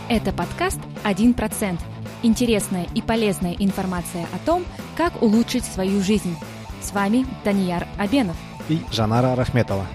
Это подкаст «1%». Интересная и полезная информация о том, как улучшить свою жизнь. С вами Данияр Абенов и Жанара Рахметова.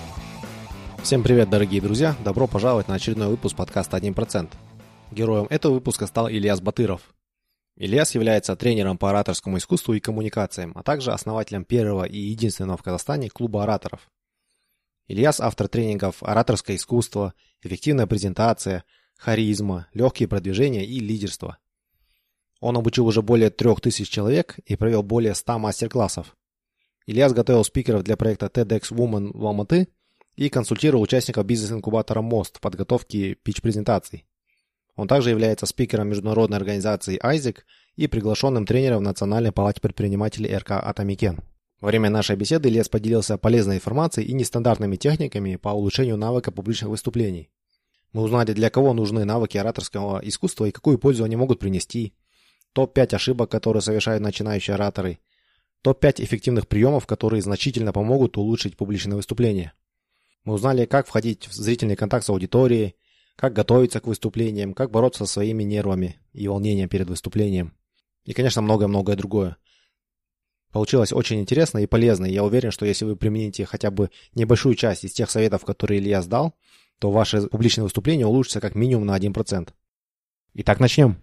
Всем привет, дорогие друзья! Добро пожаловать на очередной выпуск подкаста «1%». Героем этого выпуска стал Ильяс Батыров. Ильяс является тренером по ораторскому искусству и коммуникациям, а также основателем первого и единственного в Казахстане клуба ораторов. Ильяс – автор тренингов «Ораторское искусство», «Эффективная презентация», «Харизма», «Легкие продвижения» и «Лидерство». Он обучил уже более 3000 человек и провел более 100 мастер-классов. Ильяс готовил спикеров для проекта TEDx Women в Алматы и консультировал участников бизнес-инкубатора «Мост» в подготовке питч-презентаций. Он также является спикером международной организации ISEC и приглашенным тренером в Национальной палате предпринимателей РК «Атамикен». Во время нашей беседы Ильяс поделился полезной информацией и нестандартными техниками по улучшению навыка публичных выступлений. Мы узнали, для кого нужны навыки ораторского искусства и какую пользу они могут принести, топ-5 ошибок, которые совершают начинающие ораторы, топ-5 эффективных приемов, которые значительно помогут улучшить публичное выступление. Мы узнали, как входить в зрительный контакт с аудиторией, как готовиться к выступлениям, как бороться со своими нервами и волнением перед выступлением. И, конечно, многое-многое другое. Получилось очень интересно и полезно, и я уверен, что если вы примените хотя бы небольшую часть из тех советов, которые Ильяс дал, то ваше публичное выступление улучшится как минимум на 1%. Итак, начнем.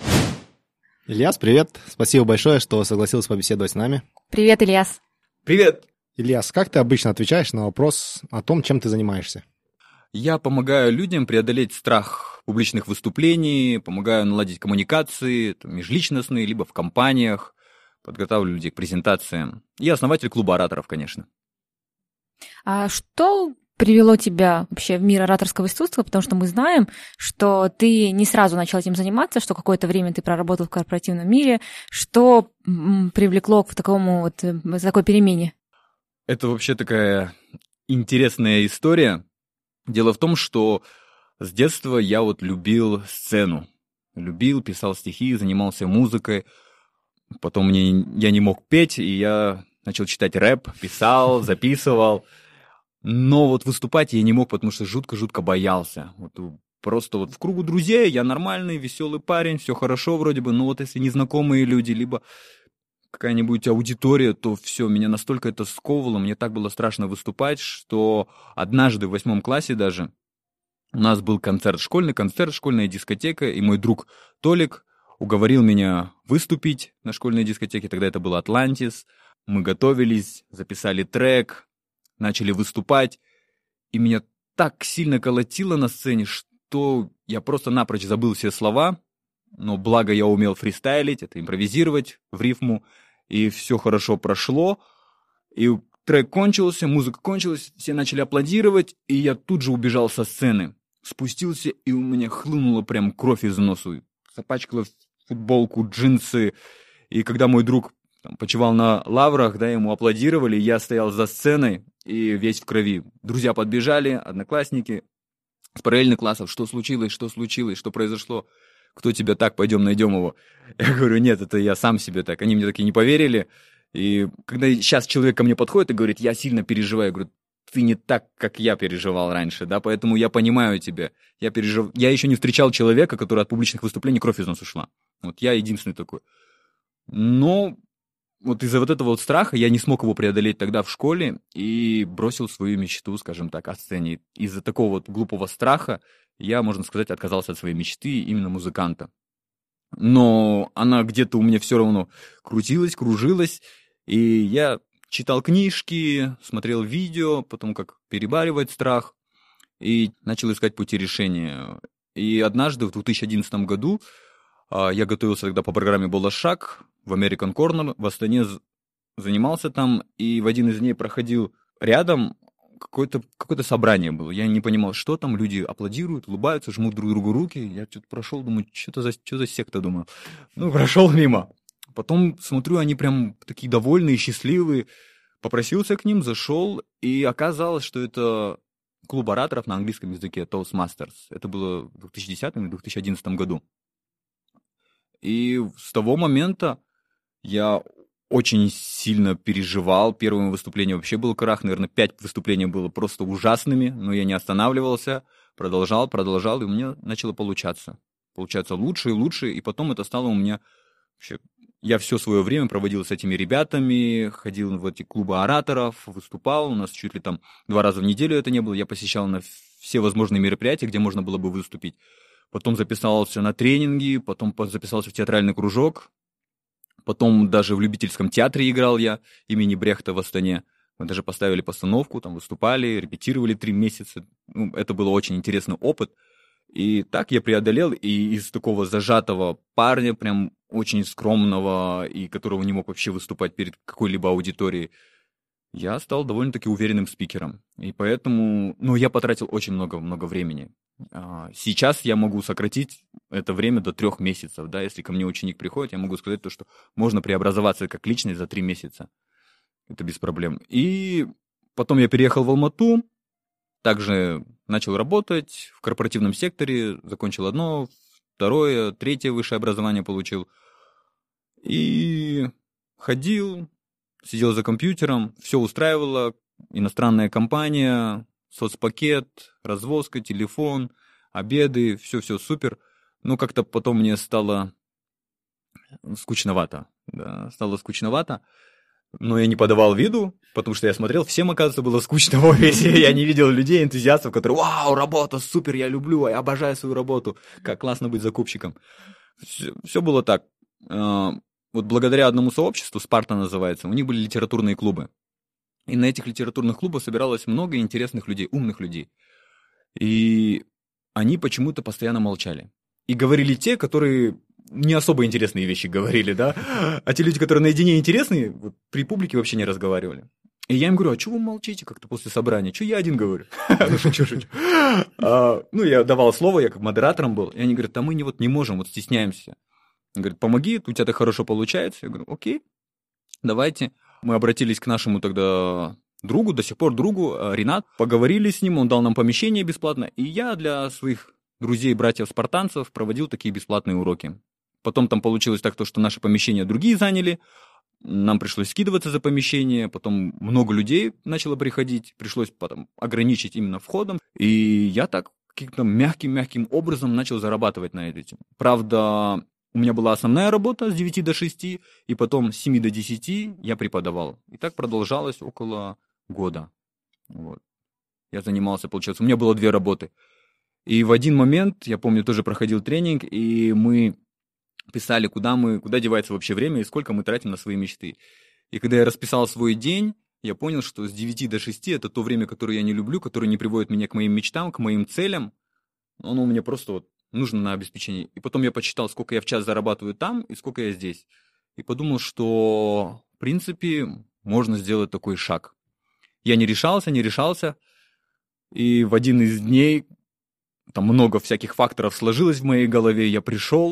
Ильяс, привет. Спасибо большое, что согласился побеседовать с нами. Привет, Ильяс. Привет. Ильяс, как ты обычно отвечаешь на вопрос о том, чем ты занимаешься? Я помогаю людям преодолеть страх публичных выступлений, помогаю наладить коммуникации, межличностные, либо в компаниях, подготавливаю людей к презентациям. Я основатель клуба ораторов, конечно. А что привело тебя вообще в мир ораторского искусства? Потому что мы знаем, что ты не сразу начал этим заниматься, что какое-то время ты проработал в корпоративном мире. Что привлекло к такому такой перемене? Это вообще такая интересная история. Дело в том, что с детства я любил сцену. Любил, писал стихи, занимался музыкой. Потом я не мог петь, и я начал читать рэп, писал, записывал. Но выступать я не мог, потому что жутко-жутко боялся. Просто в кругу друзей я нормальный, веселый парень, все хорошо вроде бы, но если незнакомые люди, либо какая-нибудь аудитория, то все, меня настолько это сковывало, мне так было страшно выступать, что однажды в 8 классе даже у нас был концерт, школьная дискотека, и мой друг Толик уговорил меня выступить на школьной дискотеке, тогда это был «Атлантис», мы готовились, записали трек, начали выступать, и меня так сильно колотило на сцене, что я просто напрочь забыл все слова, но благо я умел фристайлить, это импровизировать в рифму, и все хорошо прошло, и трек кончился, музыка кончилась, все начали аплодировать, и я тут же убежал со сцены, спустился, и у меня хлынула прям кровь из носу, запачкала футболку, джинсы, и когда мой друг почивал на лаврах, ему аплодировали, я стоял за сценой и весь в крови. Друзья подбежали, одноклассники с параллельных классов, что случилось, что произошло, кто тебя так, пойдем найдем его. Я говорю, нет, это я сам себе так. Они мне такие не поверили. И когда сейчас человек ко мне подходит и говорит, я сильно переживаю, я говорю, ты не так, как я переживал раньше, поэтому я понимаю тебя. Я еще не встречал человека, который от публичных выступлений кровь из носа шла. Я единственный такой. Но из-за этого страха я не смог его преодолеть тогда в школе и бросил свою мечту, скажем так, о сцене. Из-за такого глупого страха я, можно сказать, отказался от своей мечты именно музыканта. Но она где-то у меня все равно крутилась, кружилась, и я читал книжки, смотрел видео, потом как перебарывать страх, и начал искать пути решения. И однажды, в 2011 году, я готовился тогда по программе «Болашак» в American Corner, в Астане занимался там, и в один из дней проходил рядом, какое-то собрание было. Я не понимал, что там, люди аплодируют, улыбаются, жмут друг другу руки. Я что-то прошел, думаю, что за секта, думаю. Прошел мимо. Потом смотрю, они прям такие довольные, счастливые. Попросился к ним, зашел, и оказалось, что это клуб ораторов на английском языке Toastmasters. Это было в 2010 или 2011 году. И с того момента я очень сильно переживал. Первое выступление вообще был крах. Наверное, 5 выступлений было просто ужасными, но я не останавливался, продолжал, и у меня начало получаться. Получаться лучше и лучше, и потом это стало у меня... Вообще, я все свое время проводил с этими ребятами, ходил в эти клубы ораторов, выступал. У нас чуть ли там 2 раза в неделю это не было. Я посещал на все возможные мероприятия, где можно было бы выступить. Потом записался на тренинги, потом записался в театральный кружок. Потом даже в любительском театре играл я имени Брехта в Астане. Мы даже поставили постановку, там выступали, репетировали 3 месяца. Ну, это был очень интересный опыт. И так я преодолел, и из такого зажатого парня, прям очень скромного, и которого не мог вообще выступать перед какой-либо аудиторией, я стал довольно-таки уверенным спикером. И поэтому, ну, я потратил очень много времени. Сейчас я могу сократить это время до 3 месяцев, да, если ко мне ученик приходит, я могу сказать то, что можно преобразоваться как личность за 3 месяца. Это без проблем. И потом я переехал в Алмату, также начал работать в корпоративном секторе, закончил 1, 2, 3 высшее образование получил. И ходил, сидел за компьютером, все устраивало, иностранная компания, соцпакет, развозка, телефон, обеды, все супер. Но как-то потом мне стало скучновато. Да, стало скучновато. Но я не подавал виду, потому что я смотрел, всем, оказывается, было скучно в офисе. Я не видел людей, энтузиастов, которые: «Вау, работа, супер, я люблю, я обожаю свою работу, как классно быть закупщиком». Все было так. Вот благодаря одному сообществу, «Спарта» называется, у них были литературные клубы. И на этих литературных клубах собиралось много интересных людей, умных людей. И они почему-то постоянно молчали. И говорили те, которые не особо интересные вещи говорили, да? А те люди, которые наедине интересные, вот, при публике вообще не разговаривали. И я им говорю: а что вы молчите как-то после собрания? Что я один говорю? Ну, шучу. Ну, я давал слово, я как модератором был. И они говорят: да мы не можем, вот стесняемся. Он говорит: помоги, у тебя это хорошо получается. Я говорю: окей, давайте. Мы обратились к нашему тогда другу, до сих пор другу, Ринат, поговорили с ним, он дал нам помещение бесплатно, и я для своих друзей, братьев-спартанцев проводил такие бесплатные уроки. Потом там получилось так, что наши помещения другие заняли, нам пришлось скидываться за помещение, потом много людей начало приходить, пришлось потом ограничить именно входом, и я так каким-то мягким образом начал зарабатывать на этом. Правда, у меня была основная работа с 9 до 6, и потом с 7 до 10 я преподавал. И так продолжалось около года. Вот. Я занимался, получается, у меня было 2 работы. И в один момент, я помню, тоже проходил тренинг, и мы писали, куда девается вообще время и сколько мы тратим на свои мечты. И когда я расписал свой день, я понял, что с 9 до 6 это то время, которое я не люблю, которое не приводит меня к моим мечтам, к моим целям. Оно у меня просто вот нужно на обеспечение. И потом я посчитал, сколько я в час зарабатываю там и сколько я здесь. И подумал, что, в принципе, можно сделать такой шаг. Я не решался. И в один из дней, там много всяких факторов сложилось в моей голове, я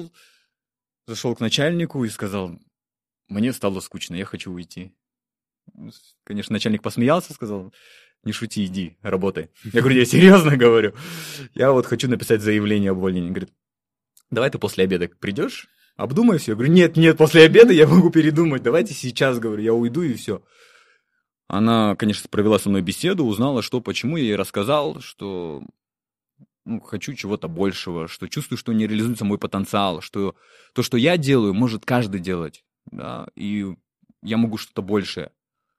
зашел к начальнику и сказал: мне стало скучно, я хочу уйти. Конечно, начальник посмеялся, сказал: не шути, иди, работай. Я говорю: я серьезно говорю. Я вот хочу написать заявление об увольнении. Он говорит: давай ты после обеда придешь, обдумай все. Я говорю: нет, после обеда я могу передумать. Давайте сейчас, говорю, я уйду и все. Она, конечно, провела со мной беседу, узнала, что, почему. Я ей рассказал, что хочу чего-то большего, что чувствую, что не реализуется мой потенциал, что то, что я делаю, может каждый делать. Да, и я могу что-то большее.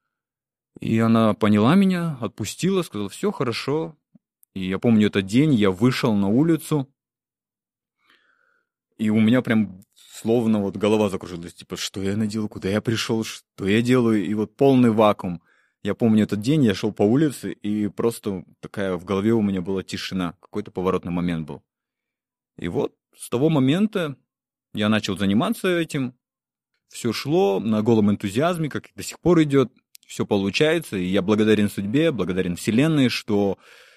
И она поняла меня, отпустила, сказала: все хорошо. И я помню этот день, я вышел на улицу, и у меня прям словно вот голова закружилась. Типа, что я наделал, куда я пришел, что я делаю, и вот полный вакуум. Я помню этот день, я шел по улице, и просто такая в голове у меня была тишина, какой-то поворотный момент был. И вот с того момента я начал заниматься этим, все шло на голом энтузиазме, как и до сих пор идет. Все получается, и я благодарен судьбе, благодарен Вселенной, что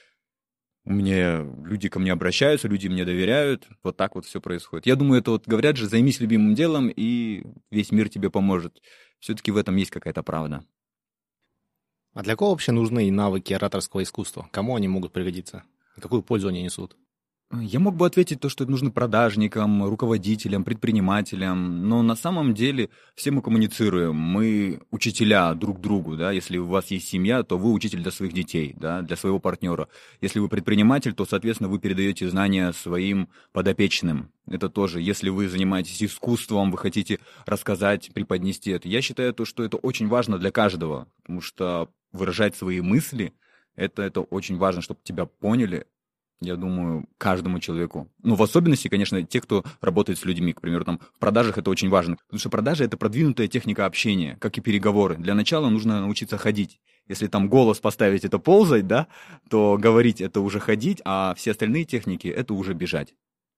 люди ко мне обращаются, люди мне доверяют. Вот так вот все происходит. Я думаю, это вот говорят же: займись любимым делом, и весь мир тебе поможет. Все-таки в этом есть какая-то правда. А для кого вообще нужны навыки ораторского искусства? Кому они могут пригодиться? И какую пользу они несут? Я мог бы ответить то, что это нужно продажникам, руководителям, предпринимателям, но на самом деле все мы коммуницируем, мы учителя друг другу, да, если у вас есть семья, то вы учитель для своих детей, да, для своего партнера. Если вы предприниматель, то, соответственно, вы передаете знания своим подопечным. Это тоже, если вы занимаетесь искусством, вы хотите рассказать, преподнести это. Я считаю, то, что это очень важно для каждого, потому что выражать свои мысли, это очень важно, чтобы тебя поняли. Я думаю, каждому человеку. Ну, в особенности, конечно, те, кто работает с людьми. К примеру, там, в продажах это очень важно. Потому что продажи — это продвинутая техника общения, как и переговоры. Для начала нужно научиться ходить. Если там голос поставить — это ползать, да, то говорить — это уже ходить, а все остальные техники — это уже бежать.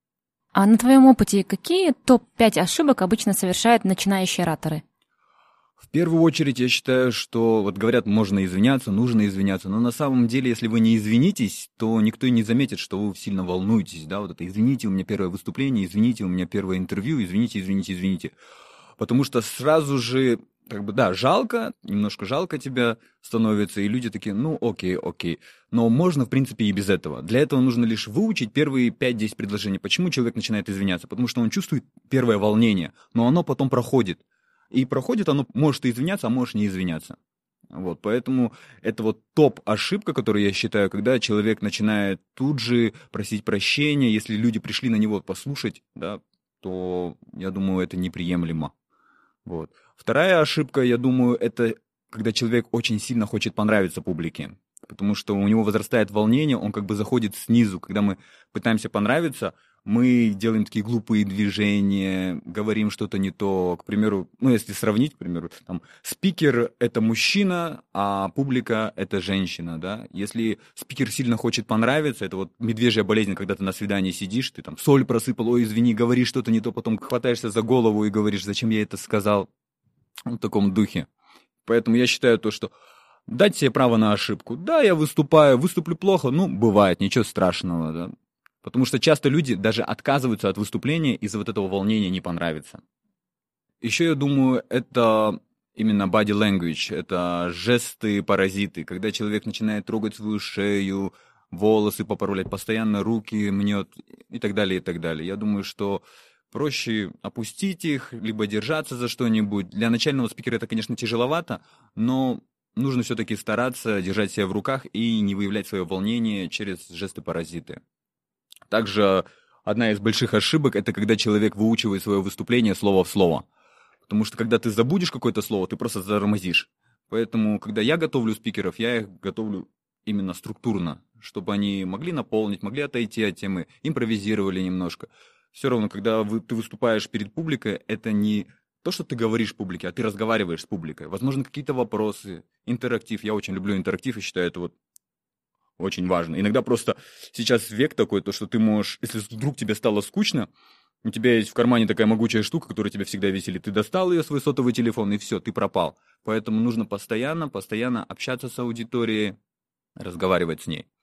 А на твоем опыте какие топ-5 ошибок обычно совершают начинающие ораторы? В первую очередь, я считаю, что, вот говорят, можно извиняться, нужно извиняться, но на самом деле, если вы не извинитесь, то никто и не заметит, что вы сильно волнуетесь, да, вот это «извините, у меня первое выступление», «извините, у меня первое интервью», «извините». Потому что сразу же, как бы, да, жалко, немножко жалко тебя становится, и люди такие, ну, окей. Но можно, в принципе, и без этого. Для этого нужно лишь выучить первые 5-10 предложений. Почему человек начинает извиняться? Потому что он чувствует первое волнение, но оно потом проходит. И проходит оно, может и извиняться, а может не извиняться. Вот, поэтому это вот топ-ошибка, которую я считаю, когда человек начинает тут же просить прощения, если люди пришли на него послушать, да, то, я думаю, это неприемлемо. Вот. Вторая ошибка, я думаю, это когда человек очень сильно хочет понравиться публике, потому что у него возрастает волнение, он как бы заходит снизу. Когда мы пытаемся понравиться, мы делаем такие глупые движения, говорим что-то не то. К примеру, ну, если сравнить, к примеру, там, спикер — это мужчина, а публика — это женщина, да. Если спикер сильно хочет понравиться, это вот медвежья болезнь, когда ты на свидании сидишь, ты там соль просыпал, ой, извини, говоришь что-то не то, потом хватаешься за голову и говоришь, зачем я это сказал, в таком духе. Поэтому я считаю то, что дать себе право на ошибку. Да, я выступлю плохо, ну, бывает, ничего страшного, да. Потому что часто люди даже отказываются от выступления из-за вот этого волнения не понравится. Еще я думаю, это именно body language, это жесты-паразиты, когда человек начинает трогать свою шею, волосы поправлять, постоянно руки мнет и так далее, и так далее. Я думаю, что проще опустить их, либо держаться за что-нибудь. Для начального спикера это, конечно, тяжеловато, но нужно все-таки стараться держать себя в руках и не выявлять свое волнение через жесты-паразиты. Также одна из больших ошибок — это когда человек выучивает свое выступление слово в слово. Потому что когда ты забудешь какое-то слово, ты просто затормозишь. Поэтому, когда я готовлю спикеров, я их готовлю именно структурно, чтобы они могли наполнить, могли отойти от темы, импровизировали немножко. Все равно, когда ты выступаешь перед публикой, это не то, что ты говоришь публике, а ты разговариваешь с публикой. Возможно, какие-то вопросы, интерактив. Я очень люблю интерактив и считаю это вот очень важно. Иногда просто сейчас век такой, то, что ты можешь, если вдруг тебе стало скучно, у тебя есть в кармане такая могучая штука, которая тебя всегда веселит. Ты достал ее, свой сотовый телефон, и все, ты пропал. Поэтому нужно постоянно общаться с аудиторией, разговаривать с ней.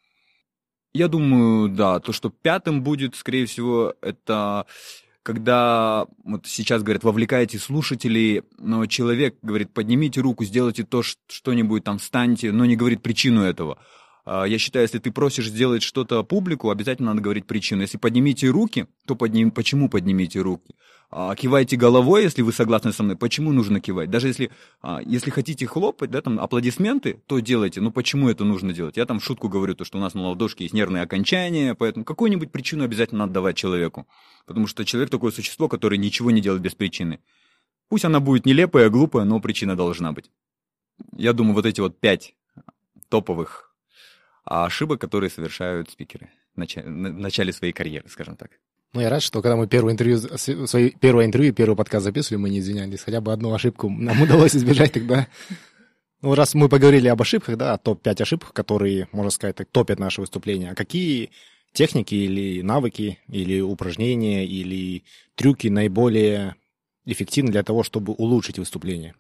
Я думаю, да, то, что пятым будет, скорее всего, это когда, вот сейчас говорят, вовлекаете слушателей, но человек говорит, поднимите руку, сделайте то, что-нибудь там, встаньте, но не говорит причину этого. Я считаю, если ты просишь сделать что-то публику, обязательно надо говорить причину. Если поднимите руки, то почему поднимите руки? Кивайте головой, если вы согласны со мной. Почему нужно кивать? Даже если хотите хлопать, да, там, аплодисменты, то делайте. Но почему это нужно делать? Я там в шутку говорю, то, что у нас на ладошке есть нервные окончания, поэтому какую-нибудь причину обязательно надо давать человеку. Потому что человек такое существо, которое ничего не делает без причины. Пусть она будет нелепая, глупая, но причина должна быть. Я думаю, вот эти вот 5 топовых ошибок, которые совершают спикеры в начале своей карьеры, скажем так. Ну, я рад, что когда мы первое интервью, первый подкаст записывали, мы не извинялись. Хотя бы одну ошибку нам удалось избежать тогда. Ну, раз мы поговорили об ошибках, да, топ-5 ошибок, которые, можно сказать, так, топят наше выступление. А какие техники или навыки, или упражнения, или трюки наиболее эффективны для того, чтобы улучшить выступление?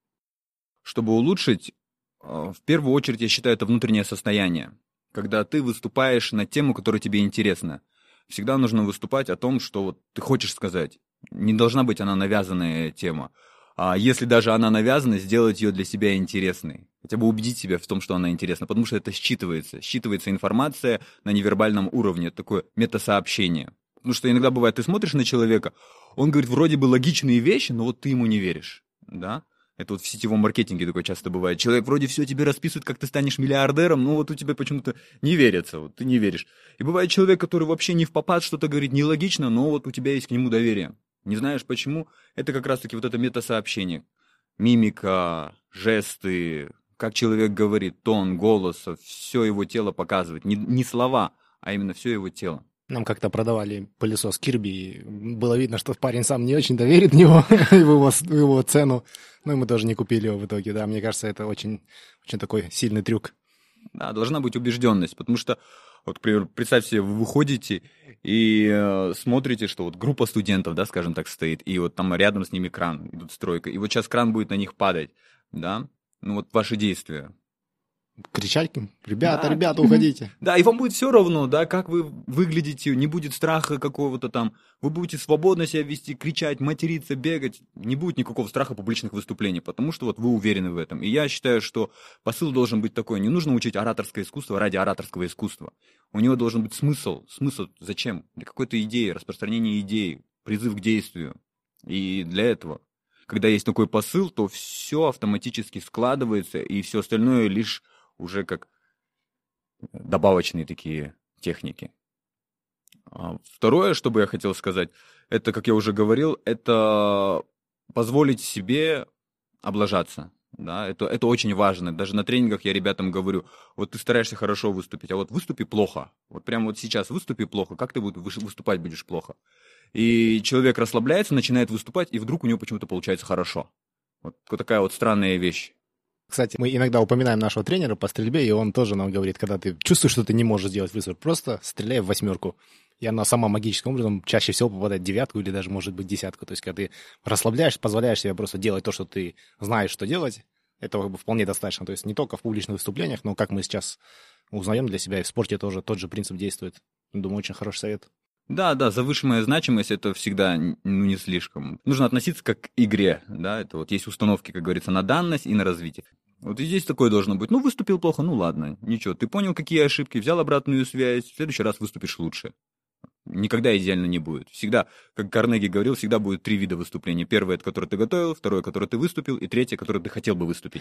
Чтобы улучшить, в первую очередь, я считаю, это внутреннее состояние. Когда ты выступаешь на тему, которая тебе интересна. Всегда нужно выступать о том, что вот ты хочешь сказать. Не должна быть она навязанная тема. если даже она навязана, сделать ее для себя интересной. Хотя бы убедить себя в том, что она интересна, потому что это считывается. Считывается информация на невербальном уровне, это такое метасообщение. Потому что иногда бывает, ты смотришь на человека, он говорит вроде бы логичные вещи, но вот ты ему не веришь, да? Это вот в сетевом маркетинге такое часто бывает. Человек вроде все тебе расписывает, как ты станешь миллиардером, но вот у тебя почему-то не верится, вот ты не веришь. И бывает человек, который вообще не впопад что-то говорит нелогично, но вот у тебя есть к нему доверие. Не знаешь почему? Это как раз-таки вот это метасообщение. Мимика, жесты, как человек говорит, тон голоса, все его тело показывает. Не слова, а именно все его тело. Нам как-то продавали пылесос Кирби, и было видно, что парень сам не очень доверит в него, в его цену. Ну и мы тоже не купили его в итоге, да. Мне кажется, это очень, очень такой сильный трюк. Да, должна быть убежденность, потому что, вот, к примеру, представьте себе, вы выходите и смотрите, что вот группа студентов, да, скажем так, стоит, и вот там рядом с ними кран, идут стройка, и вот сейчас кран будет на них падать, да, ну вот ваши действия. Кричать, ребята, Да. ребята, уходите. Да, и вам будет все равно, да, как вы выглядите, не будет страха какого-то там, вы будете свободно себя вести, кричать, материться, бегать, не будет никакого страха публичных выступлений, потому что вот вы уверены в этом. И я считаю, что посыл должен быть такой, не нужно учить ораторское искусство ради ораторского искусства. У него должен быть смысл. Смысл зачем? Для какой-то идеи, распространения идеи, призыв к действию. И для этого, когда есть такой посыл, то все автоматически складывается, и все остальное лишь уже как добавочные такие техники. Второе, что бы я хотел сказать, это, как я уже говорил, это позволить себе облажаться. Да? Это очень важно. Даже на тренингах я ребятам говорю, вот ты стараешься хорошо выступить, а вот выступи плохо. Вот прямо вот сейчас выступи плохо, как ты выступать будешь плохо? И человек расслабляется, начинает выступать, и вдруг у него почему-то получается хорошо. Вот такая вот странная вещь. Кстати, мы иногда упоминаем нашего тренера по стрельбе, и он тоже нам говорит, когда ты чувствуешь, что ты не можешь сделать выстрел, просто стреляй в 8, и она сама магическим образом чаще всего попадает в 9 или даже, может быть, 10. То есть, когда ты расслабляешь, позволяешь себе просто делать то, что ты знаешь, что делать, этого вполне достаточно. То есть, не только в публичных выступлениях, но, как мы сейчас узнаем для себя, и в спорте тоже тот же принцип действует. Думаю, очень хороший совет. Да, завышенная значимость — это всегда не слишком. Нужно относиться как к игре, да, это вот есть установки, как говорится, на данность и на развитие. Вот и здесь такое должно быть. Ну, выступил плохо, ну ладно, ничего, ты понял, какие ошибки, взял обратную связь, в следующий раз выступишь лучше. Никогда идеально не будет. Всегда, как Карнеги говорил, всегда будет 3 вида выступлений. Первое, это которое ты готовил, второе, которое ты выступил, и третье, которое ты хотел бы выступить.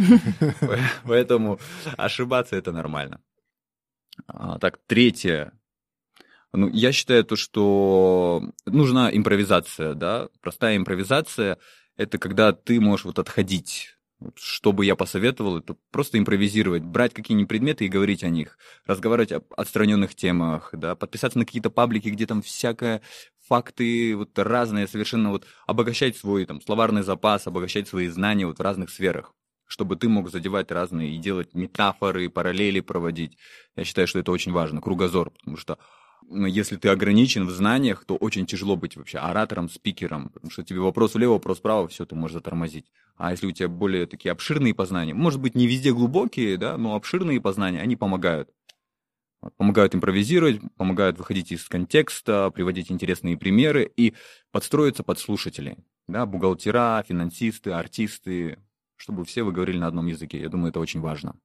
Поэтому ошибаться — это нормально. Так, третье. Ну, я считаю, что нужна импровизация, да, простая импровизация — это когда ты можешь вот отходить. Вот, что бы я посоветовал, это просто импровизировать, брать какие-нибудь предметы и говорить о них, разговаривать об отстраненных темах, да, подписаться на какие-то паблики, где там всякое, факты вот разные совершенно, вот обогащать свой там словарный запас, обогащать свои знания вот в разных сферах, чтобы ты мог задевать разные и делать метафоры, параллели проводить. Я считаю, что это очень важно, кругозор, потому что если ты ограничен в знаниях, то очень тяжело быть вообще оратором, спикером, потому что тебе вопрос влево, вопрос вправо, все, ты можешь затормозить. А если у тебя более такие обширные познания, может быть, не везде глубокие, да, но обширные познания, они помогают. Помогают импровизировать, помогают выходить из контекста, приводить интересные примеры и подстроиться под слушателей. Да, бухгалтера, финансисты, артисты, чтобы все вы говорили на одном языке. Я думаю, это очень важно.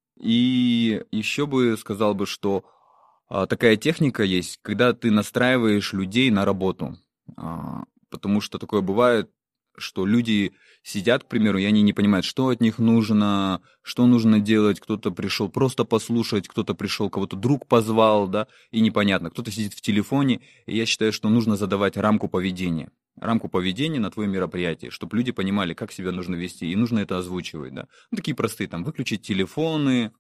И еще бы сказал бы, что такая техника есть, когда ты настраиваешь людей на работу. Потому что такое бывает, что люди сидят, к примеру, и они не понимают, что от них нужно, что нужно делать. Кто-то пришел просто послушать, кто-то пришел, кого-то друг позвал, да, и непонятно. Кто-то сидит в телефоне, и я считаю, что нужно задавать рамку поведения. Рамку поведения на твое мероприятие, чтобы люди понимали, как себя нужно вести, и нужно это озвучивать, да. Ну, такие простые, там, выключить телефоны,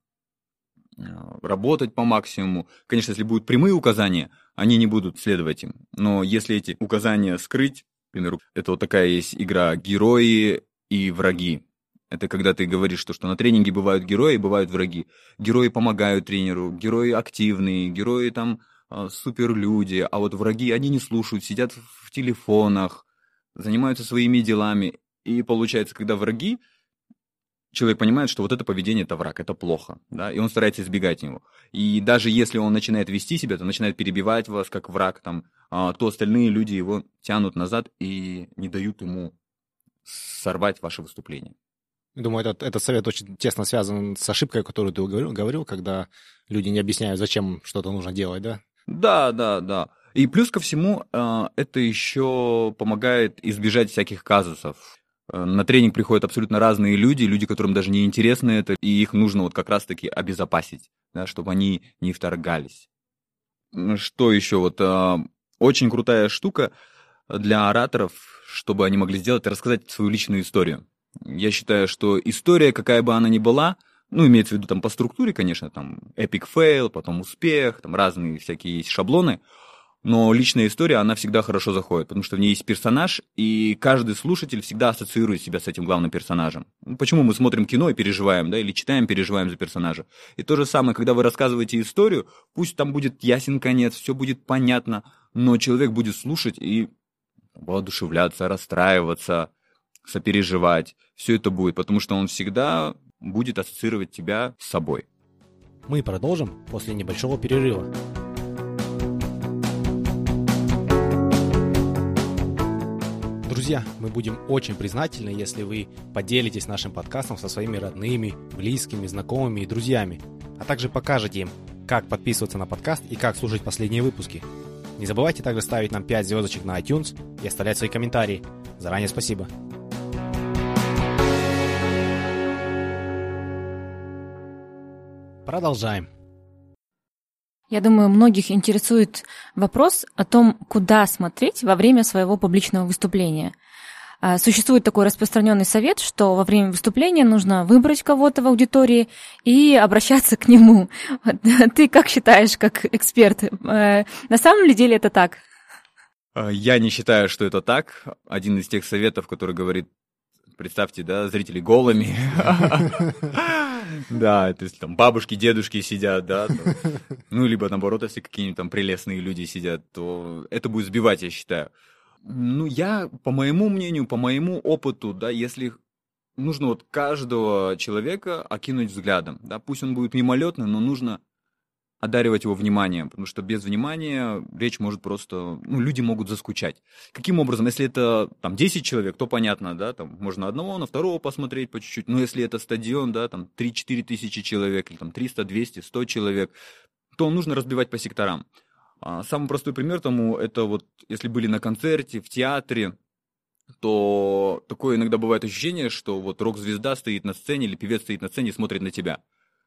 работать по максимуму. Конечно, если будут прямые указания, они не будут следовать им. Но если эти указания скрыть, к примеру, это вот такая есть игра «Герои и враги». Это когда ты говоришь, что на тренинге бывают герои и бывают враги. Герои помогают тренеру, герои активные, герои там суперлюди, а вот враги, они не слушают, сидят в телефонах, занимаются своими делами. И получается, когда враги, человек понимает, что вот это поведение — это враг, это плохо, да, и он старается избегать его. И даже если он начинает вести себя, то начинает перебивать вас как враг, там, то остальные люди его тянут назад и не дают ему сорвать ваше выступление. Думаю, этот совет очень тесно связан с ошибкой, которую ты говорил, когда люди не объясняют, зачем что-то нужно делать, да? Да. И плюс ко всему, это еще помогает избежать всяких казусов. На тренинг приходят абсолютно разные люди, которым даже не интересно это, и их нужно вот как раз-таки обезопасить, да, чтобы они не вторгались. Что еще? Вот очень крутая штука для ораторов, чтобы они могли сделать, это рассказать свою личную историю. Я считаю, что история, какая бы она ни была, ну, имеется в виду там по структуре, конечно, там epic fail, потом успех, там разные всякие есть шаблоны, но личная история, она всегда хорошо заходит, потому что в ней есть персонаж, и каждый слушатель всегда ассоциирует себя с этим главным персонажем. Почему мы смотрим кино и переживаем, да, или читаем, переживаем за персонажа. И то же самое, когда вы рассказываете историю, пусть там будет ясен конец, все будет понятно, но человек будет слушать и воодушевляться, расстраиваться, сопереживать. Все это будет, потому что он всегда будет ассоциировать тебя с собой. Мы продолжим после небольшого перерыва. Друзья, мы будем очень признательны, если вы поделитесь нашим подкастом со своими родными, близкими, знакомыми и друзьями, а также покажете им, как подписываться на подкаст и как слушать последние выпуски. Не забывайте также ставить нам 5 звездочек на iTunes и оставлять свои комментарии. Заранее спасибо. Продолжаем. Я думаю, многих интересует вопрос о том, куда смотреть во время своего публичного выступления. Существует такой распространенный совет, что во время выступления нужно выбрать кого-то в аудитории и обращаться к нему. Ты как считаешь, как эксперт? На самом ли деле это так? Я не считаю, что это так. Один из тех советов, который говорит, представьте, да, зрителей голыми. Да, то есть там бабушки, дедушки сидят, да, ну, либо наоборот, если какие-нибудь там прелестные люди сидят, то это будет сбивать, я считаю. Ну, я, по моему мнению, по моему опыту, да, если нужно вот каждого человека окинуть взглядом, да, пусть он будет мимолетный, но нужно одаривать его вниманием, потому что без внимания речь может просто, ну, люди могут заскучать. Каким образом? Если это там 10 человек, то понятно, да, там можно одного, на второго посмотреть по чуть-чуть, но если это стадион, да, там 3-4 тысячи человек, или там 300, 200, 100 человек, то нужно разбивать по секторам. Самый простой пример тому, это вот, если были на концерте, в театре, то такое иногда бывает ощущение, что вот рок-звезда стоит на сцене, или певец стоит на сцене и смотрит на тебя.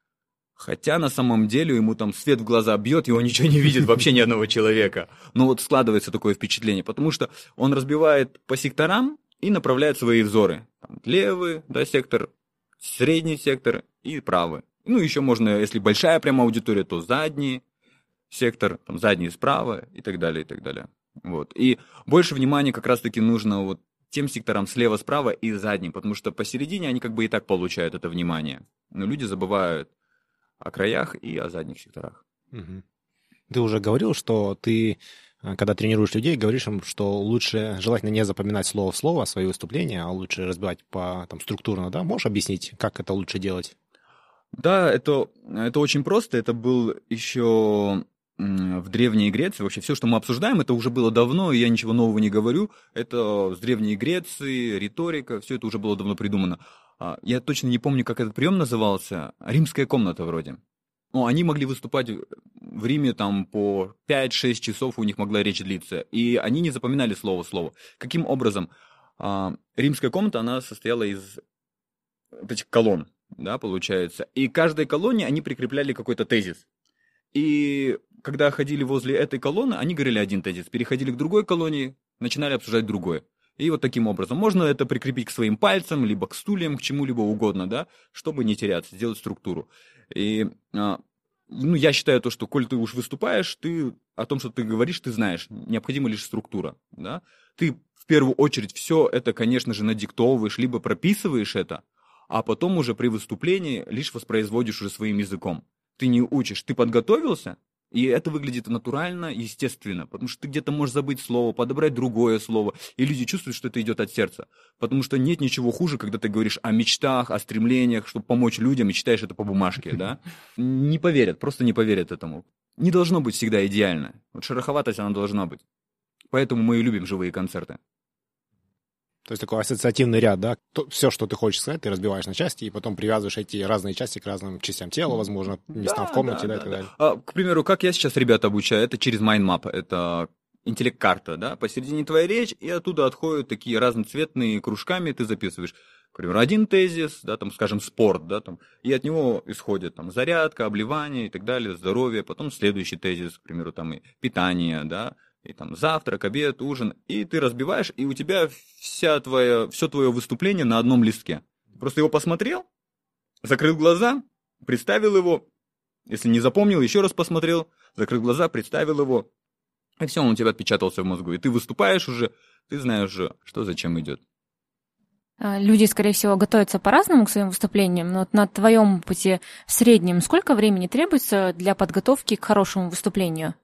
Хотя на самом деле ему там свет в глаза бьет, и он ничего не видит, вообще ни одного человека. Но вот складывается такое впечатление, потому что он разбивает по секторам и направляет свои взоры. Там левый, да, сектор, средний сектор и правый. Ну, еще можно, если большая прямо аудитория, то задний сектор, там задний справа и так далее, и так далее. Вот. И больше внимания как раз-таки нужно вот тем секторам слева, справа и задним, потому что посередине они как бы и так получают это внимание. Но люди забывают о краях и о задних секторах. Угу. Ты уже говорил, что ты, когда тренируешь людей, говоришь им, что лучше желательно не запоминать слово в слово свои выступления, а лучше разбивать по там, структурно, да? Можешь объяснить, как это лучше делать? Да, это очень просто. Это был еще в Древней Греции. Вообще все, что мы обсуждаем, это уже было давно, и я ничего нового не говорю. Это с Древней Греции, риторика, все это уже было давно придумано. Я точно не помню, как этот прием назывался. Римская комната вроде. Ну, они могли выступать в Риме там по 5-6 часов, у них могла речь длиться. И они не запоминали слово в слово. Каким образом? Римская комната, она состояла из вот этих колонн, да, получается. И к каждой колонне они прикрепляли какой-то тезис. И когда ходили возле этой колонны, они говорили один тезис. Переходили к другой колонне, начинали обсуждать другой. И вот таким образом. Можно это прикрепить к своим пальцам, либо к стульям, к чему-либо угодно, да, чтобы не теряться, сделать структуру. И, ну, я считаю то, что, коль ты уж выступаешь, ты о том, что ты говоришь, ты знаешь. Необходима лишь структура, да. Ты в первую очередь все это, конечно же, надиктовываешь, либо прописываешь это, а потом уже при выступлении лишь воспроизводишь уже своим языком. Ты не учишь, ты подготовился, и это выглядит натурально, естественно, потому что ты где-то можешь забыть слово, подобрать другое слово, и люди чувствуют, что это идет от сердца. Потому что нет ничего хуже, когда ты говоришь о мечтах, о стремлениях, чтобы помочь людям, и читаешь это по бумажке, да? Не поверят, просто не поверят этому. Не должно быть всегда идеально. Вот шероховатость, она должна быть. Поэтому мы и любим живые концерты. То есть такой ассоциативный ряд, да? Все, что ты хочешь сказать, ты разбиваешь на части, и потом привязываешь эти разные части к разным частям тела, возможно, местам в комнате, да, и так далее. К примеру, как я сейчас ребят обучаю, это через майндмап, это интеллект-карта, да, посередине твоя речь, и оттуда отходят такие разноцветные кружками, ты записываешь, к примеру, один тезис, да, там, скажем, спорт, да, там, и от него исходит там зарядка, обливание и так далее, здоровье, потом следующий тезис, к примеру, там, и питание, да, и там завтрак, обед, ужин, и ты разбиваешь, и у тебя все твое выступление на одном листке. Просто его посмотрел, закрыл глаза, представил его, если не запомнил, еще раз посмотрел, закрыл глаза, представил его, и все, он у тебя отпечатался в мозгу. И ты выступаешь уже, ты знаешь уже, что зачем идет. Люди, скорее всего, готовятся по-разному к своим выступлениям, но вот на твоем опыте в среднем сколько времени требуется для подготовки к хорошему выступлению?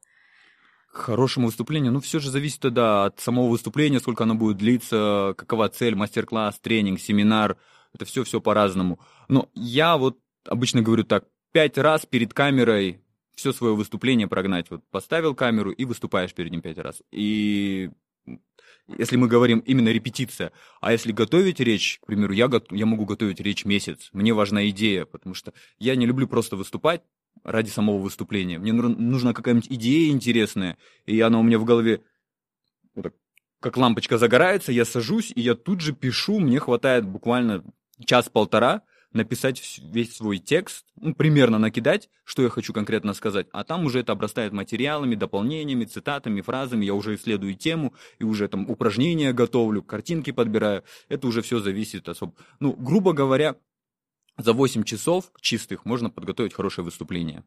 К хорошему выступлению, ну, все же зависит тогда от самого выступления, сколько оно будет длиться, какова цель, мастер-класс, тренинг, семинар, это все по-разному. Но я вот обычно говорю так, 5 раз перед камерой все свое выступление прогнать. Вот поставил камеру и выступаешь перед ним 5 раз. И если мы говорим именно репетиция, а если готовить речь, к примеру, я могу готовить речь месяц, мне важна идея, потому что я не люблю просто выступать ради самого выступления. Мне нужна какая-нибудь идея интересная, и она у меня в голове вот так, как лампочка загорается, я сажусь, и я тут же пишу, мне хватает буквально час-полтора написать весь свой текст, ну, примерно накидать, что я хочу конкретно сказать, а там уже это обрастает материалами, дополнениями, цитатами, фразами, я уже исследую тему, и уже там упражнения готовлю, картинки подбираю, это уже все зависит особо. Ну, грубо говоря, за 8 часов чистых можно подготовить хорошее выступление.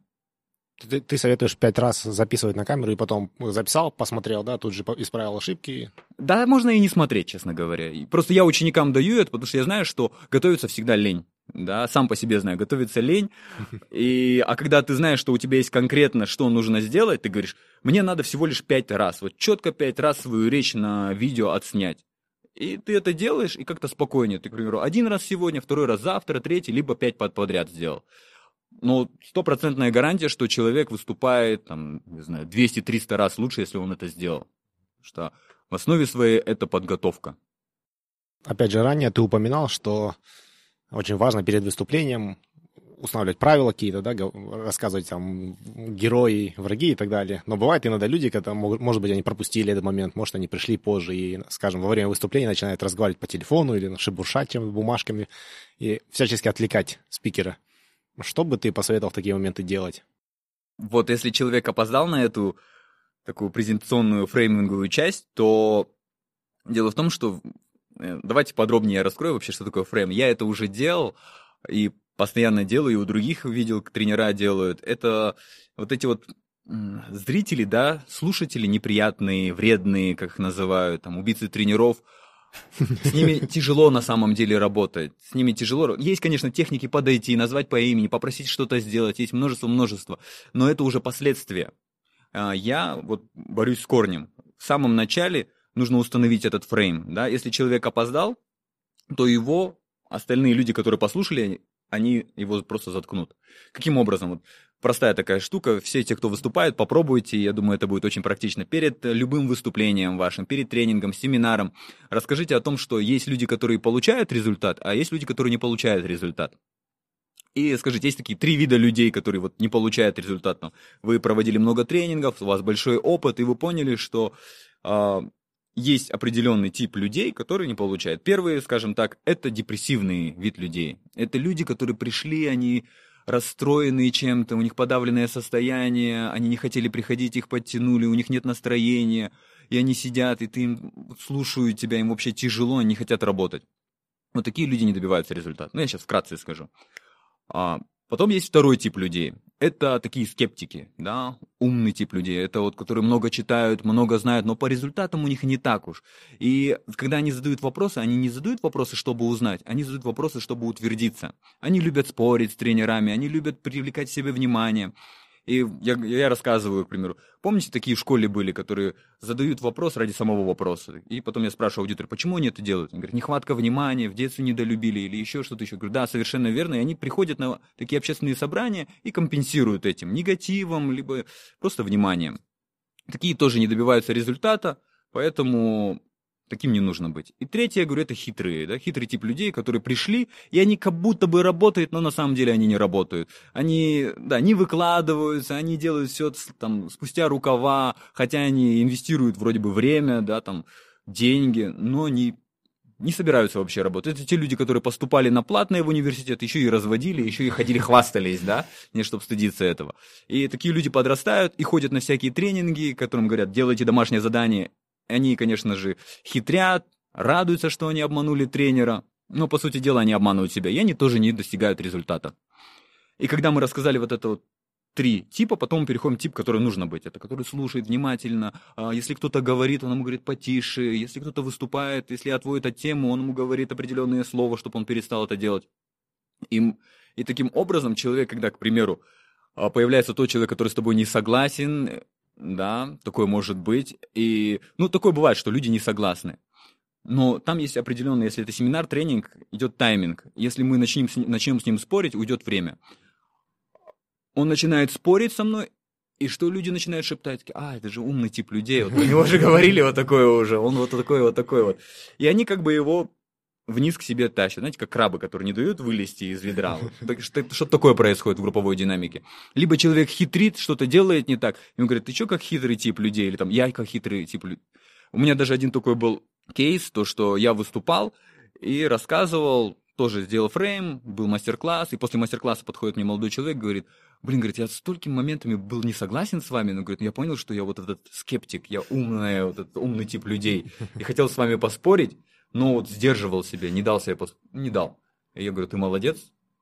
Ты советуешь 5 раз записывать на камеру и потом записал, посмотрел, да, тут же исправил ошибки? Да, можно и не смотреть, честно говоря. Просто я ученикам даю это, потому что я знаю, что готовиться всегда лень. Да, сам по себе знаю, готовиться лень. А когда ты знаешь, что у тебя есть конкретно, что нужно сделать, ты говоришь, мне надо всего лишь 5 раз, вот четко 5 раз свою речь на видео отснять. И ты это делаешь, и как-то спокойнее. Ты, к примеру, 1 раз сегодня, 2 раз завтра, 3, либо 5 подряд сделал. Но 100% гарантия, что человек выступает, там, не знаю, 200-300 раз лучше, если он это сделал. Потому что в основе своей это подготовка. Опять же, ранее ты упоминал, что очень важно перед выступлением устанавливать правила какие-то, да, рассказывать там герои, враги и так далее. Но бывает иногда люди, когда, может быть, они пропустили этот момент, может, они пришли позже и, скажем, во время выступления начинают разговаривать по телефону или шебуршать чем-то, бумажками и всячески отвлекать спикера. Что бы ты посоветовал в такие моменты делать? Вот если человек опоздал на эту такую презентационную фрейминговую часть, то дело в том, что... Давайте подробнее я раскрою вообще, что такое фрейм. Я это уже делал и постоянно делаю, и у других видел, тренера делают. Это вот эти вот зрители, да, слушатели неприятные, вредные, как их называют, там, убийцы тренеров. С ними тяжело на самом деле работать. С ними тяжело. Есть, конечно, техники подойти, назвать по имени, попросить что-то сделать. Есть множество. Но это уже последствия. Я вот борюсь с корнем. В самом начале нужно установить этот фрейм. Да? Если человек опоздал, то его остальные люди, которые послушали, они его просто заткнут. Каким образом? Вот простая такая штука. Все те, кто выступает, попробуйте. Я думаю, это будет очень практично. Перед любым выступлением вашим, перед тренингом, семинаром, расскажите о том, что есть люди, которые получают результат, а есть люди, которые не получают результат. И скажите, есть такие 3 вида людей, которые вот не получают результат. Вы проводили много тренингов, у вас большой опыт, и вы поняли, что есть определенный тип людей, которые не получают. Первый, скажем так, это депрессивный вид людей. Это люди, которые пришли, они расстроенные чем-то, у них подавленное состояние, они не хотели приходить, их подтянули, у них нет настроения, и они сидят, и ты им слушают тебя, им вообще тяжело, они не хотят работать. Вот такие люди не добиваются результата. Ну, я сейчас вкратце скажу. Потом есть второй тип людей. Это такие скептики, да, умный тип людей. Это вот, которые много читают, много знают, но по результатам у них не так уж. И когда они задают вопросы, они не задают вопросы, чтобы узнать, они задают вопросы, чтобы утвердиться. Они любят спорить с тренерами, они любят привлекать к себе внимание. И я рассказываю, к примеру, помните, такие в школе были, которые задают вопрос ради самого вопроса. И потом я спрашиваю аудитора, почему они это делают? Он говорит, нехватка внимания, в детстве недолюбили или еще что-то еще. Я говорю, да, совершенно верно. И они приходят на такие общественные собрания и компенсируют этим негативом, либо просто вниманием. Такие тоже не добиваются результата, поэтому Таким не нужно быть. И третье, я говорю, это хитрые, да, хитрый тип людей, которые пришли, и они как будто бы работают, но на самом деле они не работают. Они, да, не выкладываются, они делают все там спустя рукава, хотя они инвестируют вроде бы время, да, там, деньги, но не собираются вообще работать. Это те люди, которые поступали на платное в университет, еще и разводили, еще и ходили хвастались, да, не чтобы стыдиться этого. И такие люди подрастают и ходят на всякие тренинги, которым говорят, делайте домашнее задание. Они, конечно же, хитрят, радуются, что они обманули тренера, но, по сути дела, они обманывают себя, и они тоже не достигают результата. И когда мы рассказали вот это вот 3 типа, потом мы переходим к типу, который нужно быть. Это который слушает внимательно, если кто-то говорит, он ему говорит потише, если кто-то выступает, если отводит от темы, он ему говорит определенные слова, чтобы он перестал это делать. И таким образом человек, когда, к примеру, появляется тот человек, который с тобой не согласен, да, такое может быть. И, такое бывает, что люди не согласны. Но там есть определенный, если это семинар, тренинг, идет тайминг. Если мы начнем с ним спорить, уйдет время. Он начинает спорить со мной, и что люди начинают шептать? Это же умный тип людей, вот про него же говорили вот такое уже, он вот такой вот. И они как бы его вниз к себе тащат. Знаете, как крабы, которые не дают вылезти из ведра. Что такое происходит в групповой динамике? Либо человек хитрит, что-то делает не так, и он говорит, ты что как хитрый тип людей? Или там, я как хитрый тип людей. У меня даже один такой был кейс, то, что я выступал и рассказывал, тоже сделал фрейм, был мастер-класс, и после мастер-класса подходит мне молодой человек, говорит, говорит, я столькими моментами был не согласен с вами, но, говорит, я понял, что я вот этот скептик, я вот этот умный тип людей, и хотел с вами поспорить, но вот сдерживал себя, не дал себе не дал. И я говорю, ты молодец.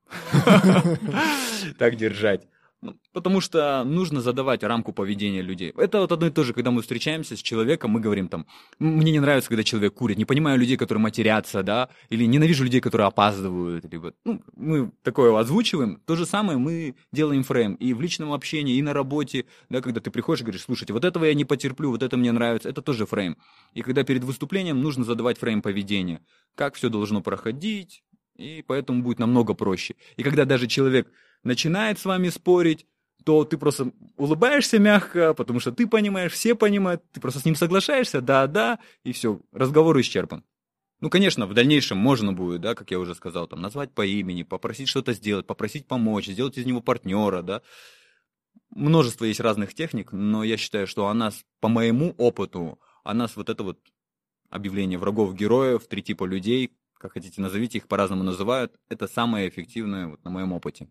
Так держать. Потому что нужно задавать рамку поведения людей. Это вот одно и то же, когда мы встречаемся с человеком, мы говорим там, мне не нравится, когда человек курит, не понимаю людей, которые матерятся, да, или ненавижу людей, которые опаздывают, либо, мы такое озвучиваем. То же самое мы делаем фрейм и в личном общении, и на работе, да, когда ты приходишь и говоришь, слушайте, вот этого я не потерплю, вот это мне нравится, это тоже фрейм. И когда перед выступлением нужно задавать фрейм поведения, как все должно проходить, и поэтому будет намного проще. И когда даже человек начинает с вами спорить, то ты просто улыбаешься мягко, потому что ты понимаешь, все понимают, ты просто с ним соглашаешься, да, и все, разговор исчерпан. Конечно, в дальнейшем можно будет, да, как я уже сказал, там, назвать по имени, попросить что-то сделать, попросить помочь, сделать из него партнера, да. Множество есть разных техник, но я считаю, что по моему опыту, вот это вот объявление врагов, героев, 3 типа людей, как хотите назовите, их по-разному называют, это самое эффективное вот на моем опыте.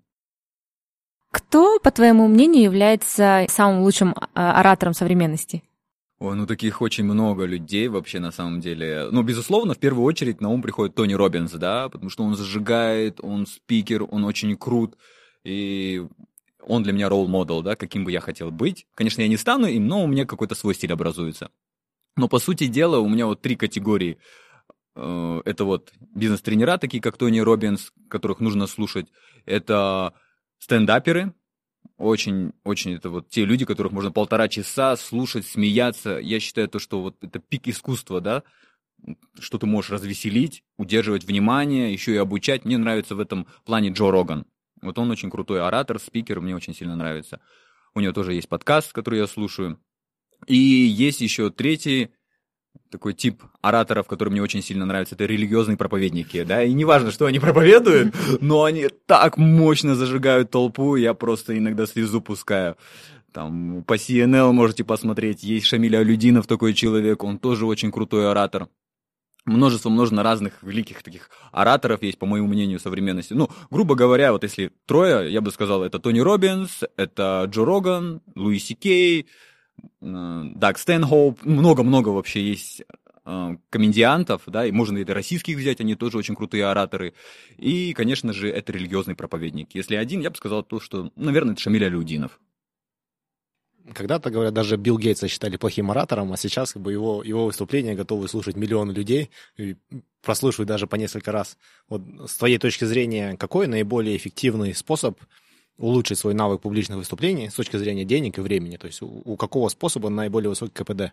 Кто, по твоему мнению, является самым лучшим оратором современности? Таких очень много людей вообще на самом деле. Безусловно, в первую очередь на ум приходит Тони Роббинс, да, потому что он зажигает, он спикер, он очень крут, и он для меня ролл-модел, да, каким бы я хотел быть. Конечно, я не стану им, но у меня какой-то свой стиль образуется. Но, по сути дела, у меня 3 категории. Это вот бизнес-тренера, такие как Тони Роббинс, которых нужно слушать. Это стендаперы, очень это вот те люди, которых можно 1,5 часа слушать, смеяться. Я считаю то, что вот это пик искусства, да, что ты можешь развеселить, удерживать внимание, еще и обучать. Мне нравится в этом плане Джо Роган. Вот он очень крутой оратор, спикер, мне очень сильно нравится. У него тоже есть подкаст, который я слушаю. И есть еще 3-й такой тип ораторов, который мне очень сильно нравится, это религиозные проповедники, да, и не важно, что они проповедуют, но они так мощно зажигают толпу, я просто иногда слезу пускаю. Там по CNN можете посмотреть, есть Шамиль Алюдинов, такой человек, он тоже очень крутой оратор. Множество разных великих таких ораторов есть, по моему мнению, современности. Грубо говоря, вот если 3, я бы сказал, это Тони Роббинс, это Джо Роган, Луи Си Кей, Даг Стэнхоуп, много вообще есть комедиантов, да, и можно это российских взять, они тоже очень крутые ораторы. И, конечно же, это религиозный проповедник. Если один, я бы сказал то, что, наверное, это Шамиль Алюдинов. Когда-то, говорят, даже Билл Гейтса считали плохим оратором, а сейчас его выступления готовы слушать миллионы людей, и прослушивают даже по несколько раз. Вот с твоей точки зрения, какой наиболее эффективный способ улучшить свой навык публичных выступлений с точки зрения денег и времени? То есть у какого способа наиболее высокий КПД?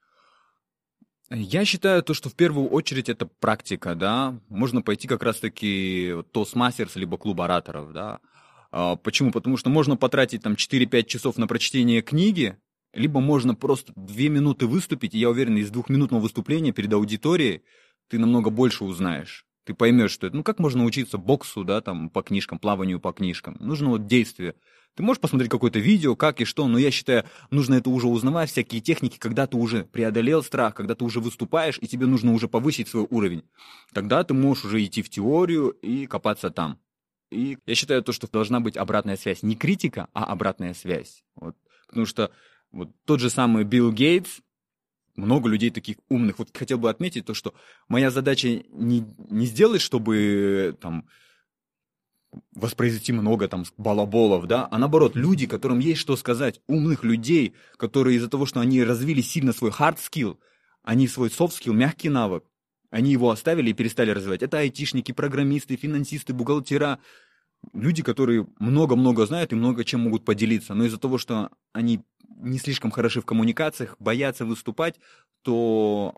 Я считаю, что в первую очередь это практика, да. Можно пойти как раз-таки Toastmasters либо клуб ораторов, да. Почему? Потому что можно потратить там 4-5 часов на прочтение книги, либо можно просто 2 минуты выступить, и я уверен, из 2-минутного выступления перед аудиторией ты намного больше узнаешь. Ты поймешь, что это, как можно учиться боксу, да, там, по книжкам, плаванию по книжкам. Нужно вот действие. Ты можешь посмотреть какое-то видео, как и что, но я считаю, нужно это уже узнавать, всякие техники, когда ты уже преодолел страх, когда ты уже выступаешь, и тебе нужно уже повысить свой уровень. Тогда ты можешь уже идти в теорию и копаться там. И я считаю, что должна быть обратная связь. Не критика, а обратная связь. Вот. Потому что вот тот же самый Билл Гейтс, много людей таких умных. Вот хотел бы отметить то, что моя задача не сделать, чтобы там воспроизвести много там балаболов, да, а наоборот, люди, которым есть что сказать, умных людей, которые из-за того, что они развили сильно свой hard skill, они свой soft skill, мягкий навык, они его оставили и перестали развивать. Это айтишники, программисты, финансисты, бухгалтера, люди, которые много-много знают и много чем могут поделиться, но из-за того, что они не слишком хороши в коммуникациях, боятся выступать, то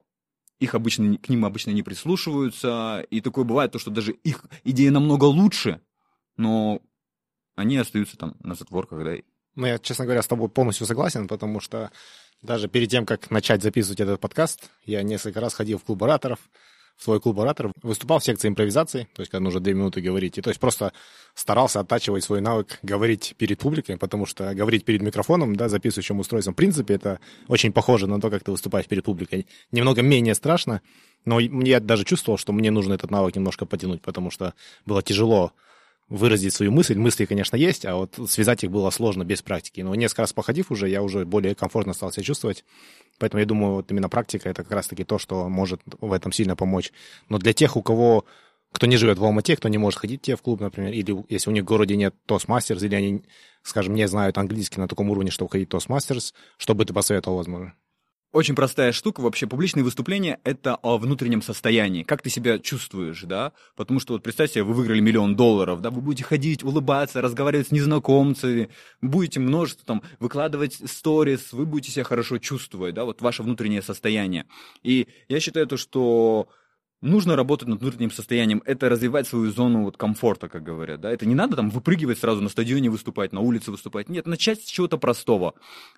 к ним обычно не прислушиваются, и такое бывает, то, что даже их идея намного лучше, но они остаются там на затворках, да. Ну, я, честно говоря, с тобой полностью согласен, потому что даже перед тем, как начать записывать этот подкаст, я несколько раз ходил в клуб ораторов, в свой клуб ораторов, выступал в секции импровизации, то есть, когда нужно 2 минуты говорить, и то есть просто старался оттачивать свой навык говорить перед публикой, потому что говорить перед микрофоном, да, записывающим устройством, в принципе, это очень похоже на то, как ты выступаешь перед публикой. Немного менее страшно, но я даже чувствовал, что мне нужно этот навык немножко потянуть, потому что было тяжело выразить свою мысль. Мысли, конечно, есть, а вот связать их было сложно без практики. Но несколько раз походив уже, я уже более комфортно стал себя чувствовать. Поэтому я думаю, вот именно практика — это как раз-таки то, что может в этом сильно помочь. Но для тех, кто не живет в Алмате, кто не может ходить в клуб, например, или если у них в городе нет Toastmasters, или они, скажем, не знают английский на таком уровне, чтобы ходить в Toastmasters, что бы ты посоветовал, возможно? Очень простая штука, вообще публичные выступления — это о внутреннем состоянии, как ты себя чувствуешь, да, потому что вот представьте себе, вы выиграли $1 миллион, да, вы будете ходить, улыбаться, разговаривать с незнакомцами, будете множество там выкладывать сторис, вы будете себя хорошо чувствовать, да, вот ваше внутреннее состояние. И я считаю то, что нужно работать над внутренним состоянием, это развивать свою зону вот комфорта, как говорят, да, это не надо там выпрыгивать сразу на стадионе выступать, на улице выступать, нет, начать с чего-то простого,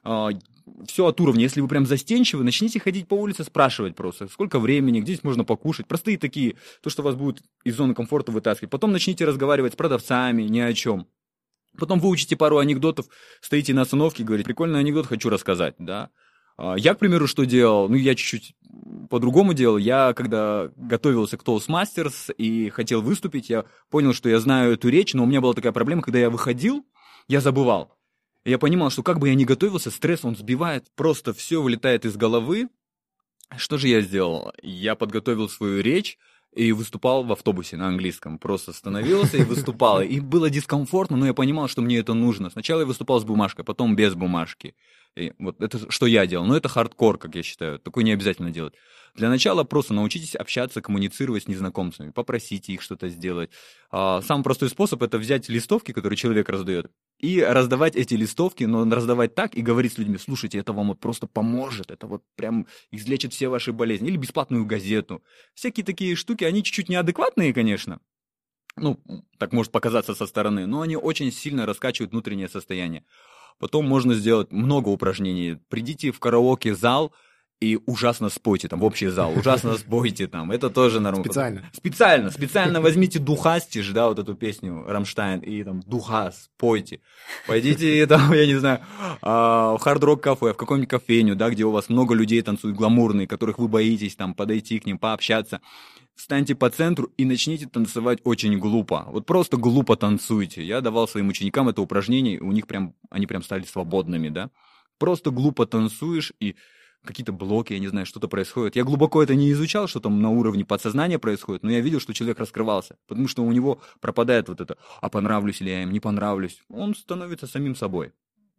все от уровня, если вы прям застенчивы, начните ходить по улице, спрашивать просто, сколько времени, где здесь можно покушать, простые такие, то, что вас будет из зоны комфорта вытаскивать, потом начните разговаривать с продавцами, ни о чем. Потом выучите пару анекдотов, стоите на остановке и говорите, прикольный анекдот хочу рассказать, да. Я, к примеру, что делал? Я чуть-чуть по-другому делал. Я, когда готовился к Toastmasters и хотел выступить, я понял, что я знаю эту речь, но у меня была такая проблема, когда я выходил, я забывал. И я понимал, что как бы я ни готовился, стресс он сбивает, просто все вылетает из головы. Что же я сделал? Я подготовил свою речь и выступал в автобусе на английском. Просто становился и выступал. И было дискомфортно, но я понимал, что мне это нужно. Сначала я выступал с бумажкой, потом без бумажки. И вот это что я делал. Но это хардкор, как я считаю. Такое не обязательно делать. Для начала просто научитесь общаться, коммуницировать с незнакомцами. Попросите их что-то сделать. Самый простой способ — это взять листовки, которые человек раздает, и раздавать эти листовки, но раздавать так и говорить с людьми: слушайте, это вам вот просто поможет, это вот прям излечит все ваши болезни. Или бесплатную газету. Всякие такие штуки, они чуть-чуть неадекватные, конечно. Так может показаться со стороны, но они очень сильно раскачивают внутреннее состояние. Потом можно сделать много упражнений. Придите в караоке-зал и ужасно спойте там, в общий зал, ужасно спойте там, это тоже нормально. Специально возьмите Духастиш, да, вот эту песню Рамштайн, и там Духас, спойте. Пойдите там, я не знаю, в хард-рок-кафе, в какую-нибудь кофейню, да, где у вас много людей танцуют гламурные, которых вы боитесь там подойти к ним, пообщаться. Встаньте по центру и начните танцевать очень глупо. Вот просто глупо танцуйте. Я давал своим ученикам это упражнение, они прям стали свободными, да. Просто глупо танцуешь, и какие-то блоки, я не знаю, что-то происходит. Я глубоко это не изучал, что там на уровне подсознания происходит, но я видел, что человек раскрывался, потому что у него пропадает вот это: а понравлюсь ли я им, не понравлюсь. Он становится самим собой.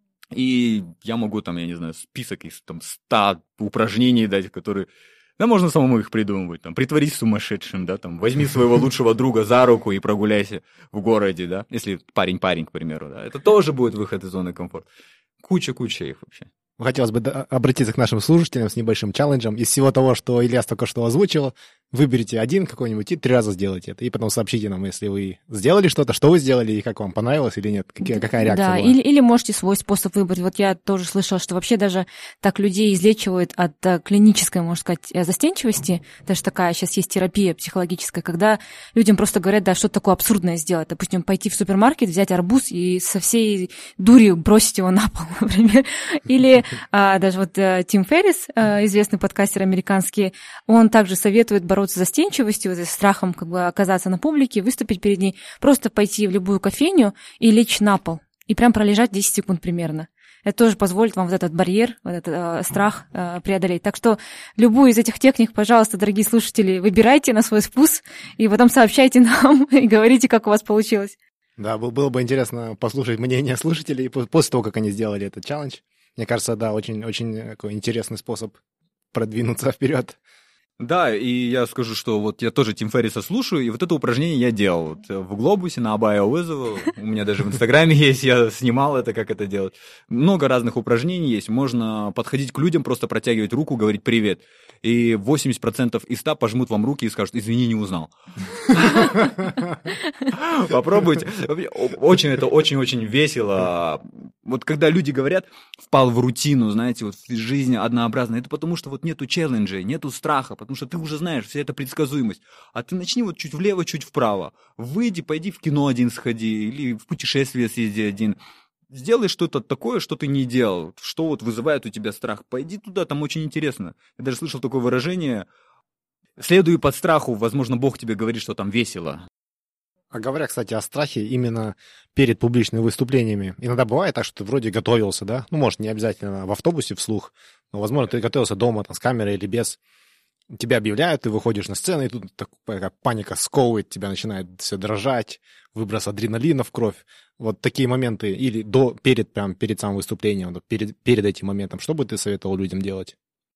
И я могу там, я не знаю, список из там 100 упражнений дать, которые... Да, можно самому их придумывать, там, притворись сумасшедшим, да, там, возьми своего лучшего друга за руку и прогуляйся в городе, да, если парень-парень, к примеру, да, это тоже будет выход из зоны комфорта. Куча их вообще. Хотелось бы обратиться к нашим слушателям с небольшим челленджем. Из всего того, что Ильяс только что озвучил, Выберите один какой-нибудь и 3 раза сделайте это. И потом сообщите нам, если вы сделали что-то, что вы сделали, и как вам понравилось или нет, какая реакция Да, была. или можете свой способ выбрать. Вот я тоже слышала, что вообще даже так людей излечивают от клинической, можно сказать, застенчивости. Даже такая сейчас есть терапия психологическая, когда людям просто говорят, да, что такое абсурдное сделать. Допустим, пойти в супермаркет, взять арбуз и со всей дурью бросить его на пол, например. Или даже вот Тим Феррис, известный подкастер американский, он также советует бороться с застенчивостью, с страхом как бы оказаться на публике, выступить перед ней, просто пойти в любую кофейню и лечь на пол, и прям пролежать 10 секунд примерно. Это тоже позволит вам вот этот барьер, вот этот страх преодолеть. Так что любую из этих техник, пожалуйста, дорогие слушатели, выбирайте на свой вкус, и потом сообщайте нам и говорите, как у вас получилось. Да, было бы интересно послушать мнение слушателей после того, как они сделали этот челлендж. Мне кажется, да, очень такой интересный способ продвинуться вперед. Да, и я скажу, что вот я тоже Тим Ферриса слушаю, и вот это упражнение я делал. Вот в Глобусе, на Абайо-вызову, у меня даже в Инстаграме есть, я снимал это, как это делать. Много разных упражнений есть, можно подходить к людям, просто протягивать руку, говорить «привет». И 80% из 100 пожмут вам руки и скажут «извини, не узнал». Попробуйте. Это очень-очень весело. Вот когда люди говорят «впал в рутину», знаете, вот жизнь однообразная, это потому что вот нету челленджей, нету страха, потому что ты уже знаешь, вся эта предсказуемость. А ты начни вот чуть влево, чуть вправо. Выйди, пойди в кино один сходи, или в путешествие съезди один. Сделай что-то такое, что ты не делал, что вот вызывает у тебя страх. Пойди туда, там очень интересно. Я даже слышал такое выражение: следуй под страху, возможно, Бог тебе говорит, что там весело. А говоря, кстати, о страхе именно перед публичными выступлениями, иногда бывает так, что ты вроде готовился, да? Ну, может, не обязательно в автобусе вслух, но, возможно, ты готовился дома, там, с камерой или без. Тебя объявляют, ты выходишь на сцену, и тут такая паника сковывает, тебя начинает все дрожать, выброс адреналина в кровь. Вот такие моменты, или перед самым выступлением, перед этим моментом, что бы ты советовал людям делать?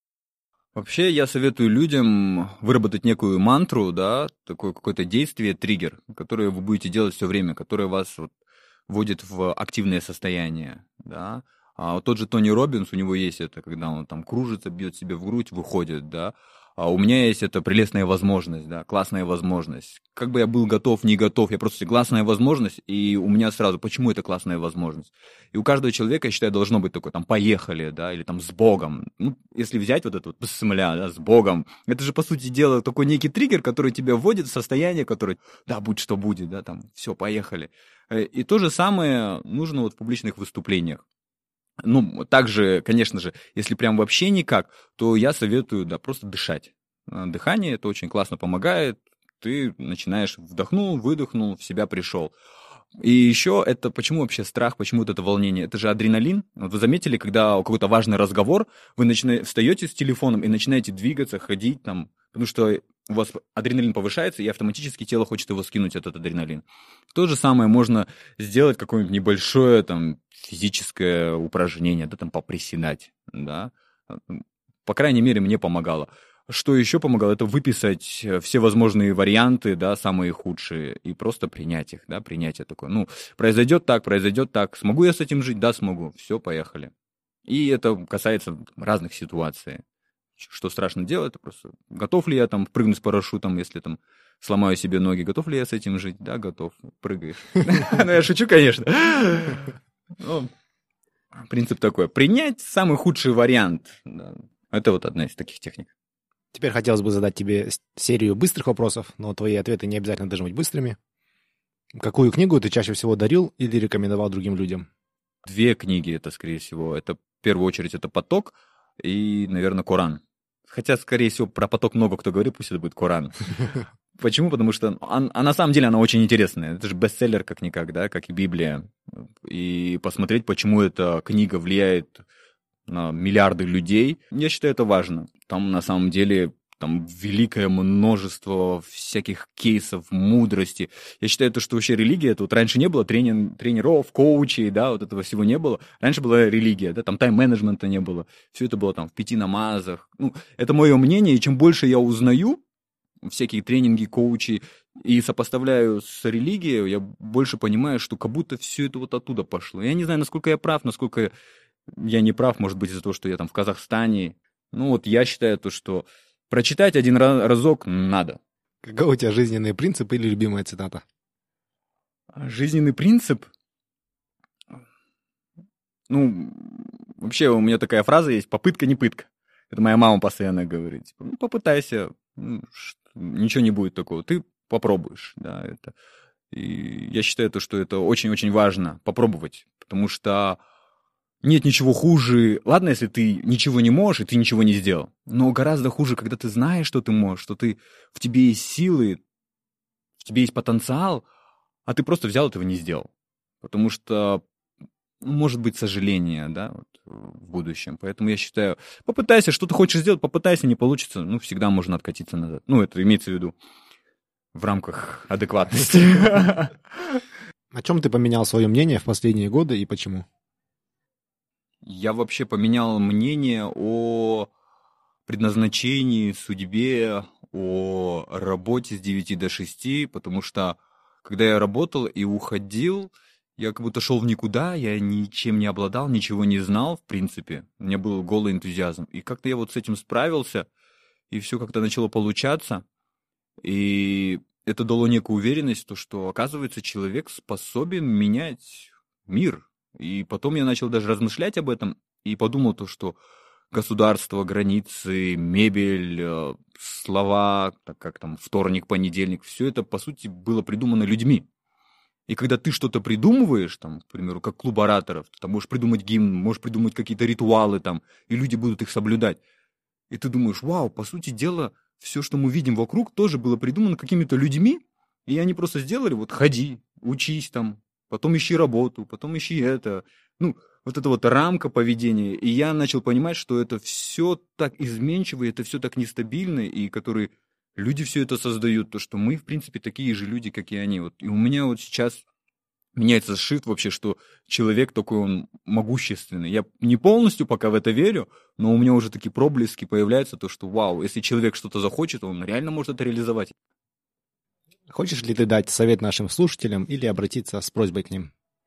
Вообще, я советую людям выработать некую мантру, да, такое какое-то действие, триггер, которое вы будете делать все время, которое вас вот вводит в активное состояние, да. А вот тот же Тони Роббинс, у него есть это, когда он там кружится, бьет себе в грудь, выходит, да. А у меня есть эта прелестная возможность, да, классная возможность. Как бы я был готов, не готов, я просто классная возможность, и у меня сразу, почему это классная возможность? И у каждого человека, я считаю, должно быть такое, там, поехали, да, или там, с Богом. Ну, если взять вот это вот, бссмля, да, с Богом, это же, по сути дела, такой некий триггер, который тебя вводит в состояние, которое, да, будь что будет, да, там, все, поехали. И то же самое нужно вот в публичных выступлениях. Ну, также, конечно же, если прям вообще никак, то я советую, да, просто дышать. Дыхание, это очень классно помогает. Ты начинаешь вдохнул, выдохнул, в себя пришел. И еще это почему вообще страх, почему вот это волнение? Это же адреналин. Вот вы заметили, когда какой-то важный разговор, вы встаете с телефоном и начинаете двигаться, ходить там, потому что у вас адреналин повышается, и автоматически тело хочет его скинуть, этот адреналин. То же самое можно сделать какое-нибудь небольшое там физическое упражнение, да, там поприседать, да. По крайней мере, мне помогало. Что еще помогало, это выписать все возможные варианты, да, самые худшие, и просто принять их, да, принятие такое. Ну, произойдет так, смогу я с этим жить? Да, смогу, все, поехали. И это касается разных ситуаций. Что страшно делать, это просто готов ли я там прыгнуть с парашютом, если там сломаю себе ноги, готов ли я с этим жить? Да, готов, прыгаешь. Ну, я шучу, конечно. Принцип такой, принять самый худший вариант. Это вот одна из таких техник. Теперь хотелось бы задать тебе серию быстрых вопросов, но твои ответы не обязательно должны быть быстрыми. Какую книгу ты чаще всего дарил или рекомендовал другим людям? 2 книги это, скорее всего. Это, в первую очередь, это «Поток» и, наверное, «Коран». Хотя, скорее всего, про «Поток» много кто говорит, пусть это будет «Коран». Почему? Потому что на самом деле она очень интересная. Это же бестселлер как-никак, да, как и Библия. И посмотреть, почему эта книга влияет на миллиарды людей, я считаю, это важно. Там, на самом деле, там великое множество всяких кейсов, мудрости. Я считаю, то, что вообще религия, это вот раньше не было тренеров, коучей, да, вот этого всего не было. Раньше была религия, да, там тайм-менеджмента не было. Все это было там в 5 намазах. Ну, это мое мнение, и чем больше я узнаю всякие тренинги, коучи, и сопоставляю с религией, я больше понимаю, что как будто все это вот оттуда пошло. Я не знаю, насколько я прав, насколько я не прав, может быть, из-за того, что я там в Казахстане. Ну, вот я считаю то, что прочитать один разок надо. Какой у тебя жизненный принцип или любимая цитата? Жизненный принцип? Ну, вообще у меня такая фраза есть: попытка не пытка. Это моя мама постоянно говорит. Типа, ну, попытайся, ничего не будет такого. Ты попробуешь, да, это. И я считаю, что это очень-очень важно попробовать, потому что нет ничего хуже. Ладно, если ты ничего не можешь, и ты ничего не сделал. Но гораздо хуже, когда ты знаешь, что ты можешь, что в тебе есть силы, в тебе есть потенциал, а ты просто взял этого и не сделал. Потому что может быть сожаление, да, вот, в будущем. Поэтому я считаю, попытайся, что ты хочешь сделать, попытайся, не получится, ну, всегда можно откатиться назад. Ну, это имеется в виду в рамках адекватности. О чем ты поменял свое мнение в последние годы и почему? Я вообще поменял мнение о предназначении, судьбе, о работе с 9 до 6, потому что когда я работал и уходил, я как будто шел в никуда, я ничем не обладал, ничего не знал, в принципе. У меня был голый энтузиазм. И как-то я вот с этим справился, и все как-то начало получаться. И это дало некую уверенность, что, оказывается, человек способен менять мир. И потом я начал даже размышлять об этом и подумал что государство, границы, мебель, слова, так как там вторник, понедельник, все это, по сути, было придумано людьми. И когда ты что-то придумываешь, там, к примеру, как клуб ораторов, ты там можешь придумать гимн, можешь придумать какие-то ритуалы там, и люди будут их соблюдать. И ты думаешь, вау, по сути дела, все, что мы видим вокруг, тоже было придумано какими-то людьми, и они просто сделали, вот ходи, учись там, потом ищи работу, потом ищи это. Ну, вот эта вот рамка поведения. И я начал понимать, что это все так изменчиво, это все так нестабильно, и которые люди все это создают, то, что мы, в принципе, такие же люди, как и они. Вот. И у меня вот сейчас меняется шифт вообще, что человек такой, он могущественный. Я не полностью пока в это верю, но у меня уже такие проблески появляются, то, что вау, если человек что-то захочет, он реально может это реализовать. Хочешь ли ты дать совет нашим слушателям или обратиться с просьбой к ним?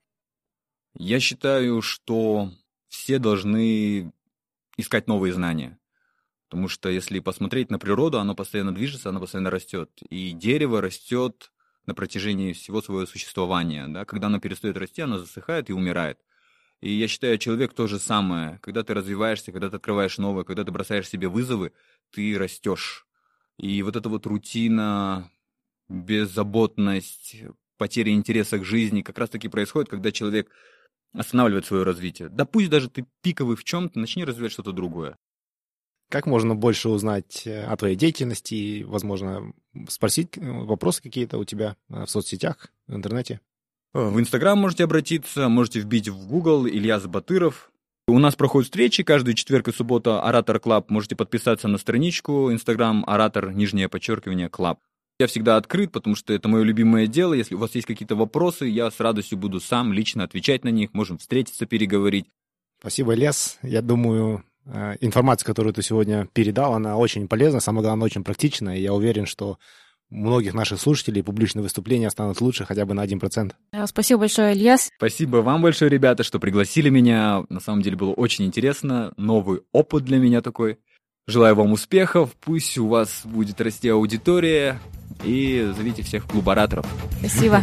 Я считаю, что все должны искать новые знания. Потому что если посмотреть на природу, оно постоянно движется, оно постоянно растет. И дерево растет на протяжении всего своего существования. Да? Когда оно перестает расти, оно засыхает и умирает. И я считаю, человек то же самое. Когда ты развиваешься, когда ты открываешь новое, когда ты бросаешь себе вызовы, ты растешь. И вот эта вот рутина, беззаботность, потеря интереса к жизни как раз-таки происходит, когда человек останавливает свое развитие. Да пусть даже ты пиковый в чем-то, начни развивать что-то другое. Как можно больше узнать о твоей деятельности и, возможно, спросить вопросы какие-то у тебя в соцсетях, в интернете? В Инстаграм можете обратиться, можете вбить в Google Ильяс Батыров. У нас проходят встречи каждую четверг и субботу Оратор Клаб. Можете подписаться на страничку Инстаграм Оратор, _ Клаб. Я всегда открыт, потому что это мое любимое дело. Если у вас есть какие-то вопросы, я с радостью буду сам лично отвечать на них. Можем встретиться, переговорить. Спасибо, Ильяс. Я думаю, информация, которую ты сегодня передал, она очень полезна, самое главное, очень практична. И я уверен, что у многих наших слушателей публичные выступления станут лучше хотя бы на 1%. Спасибо большое, Ильяс. Спасибо вам большое, ребята, что пригласили меня. На самом деле было очень интересно. Новый опыт для меня такой. Желаю вам успехов. Пусть у вас будет расти аудитория. И зовите всех в клуб ораторов. Спасибо.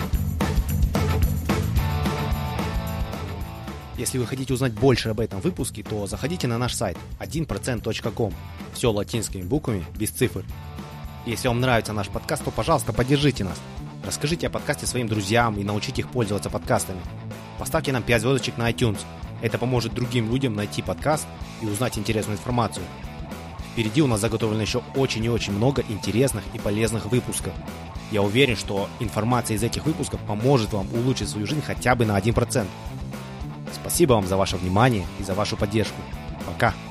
Если вы хотите узнать больше об этом выпуске, то заходите на наш сайт 1%.com. Все латинскими буквами, без цифр. Если вам нравится наш подкаст, то, пожалуйста, поддержите нас. Расскажите о подкасте своим друзьям и научите их пользоваться подкастами. Поставьте нам 5 звездочек на iTunes. Это поможет другим людям найти подкаст и узнать интересную информацию. Впереди у нас заготовлено еще очень и очень много интересных и полезных выпусков. Я уверен, что информация из этих выпусков поможет вам улучшить свою жизнь хотя бы на 1%. Спасибо вам за ваше внимание и за вашу поддержку. Пока!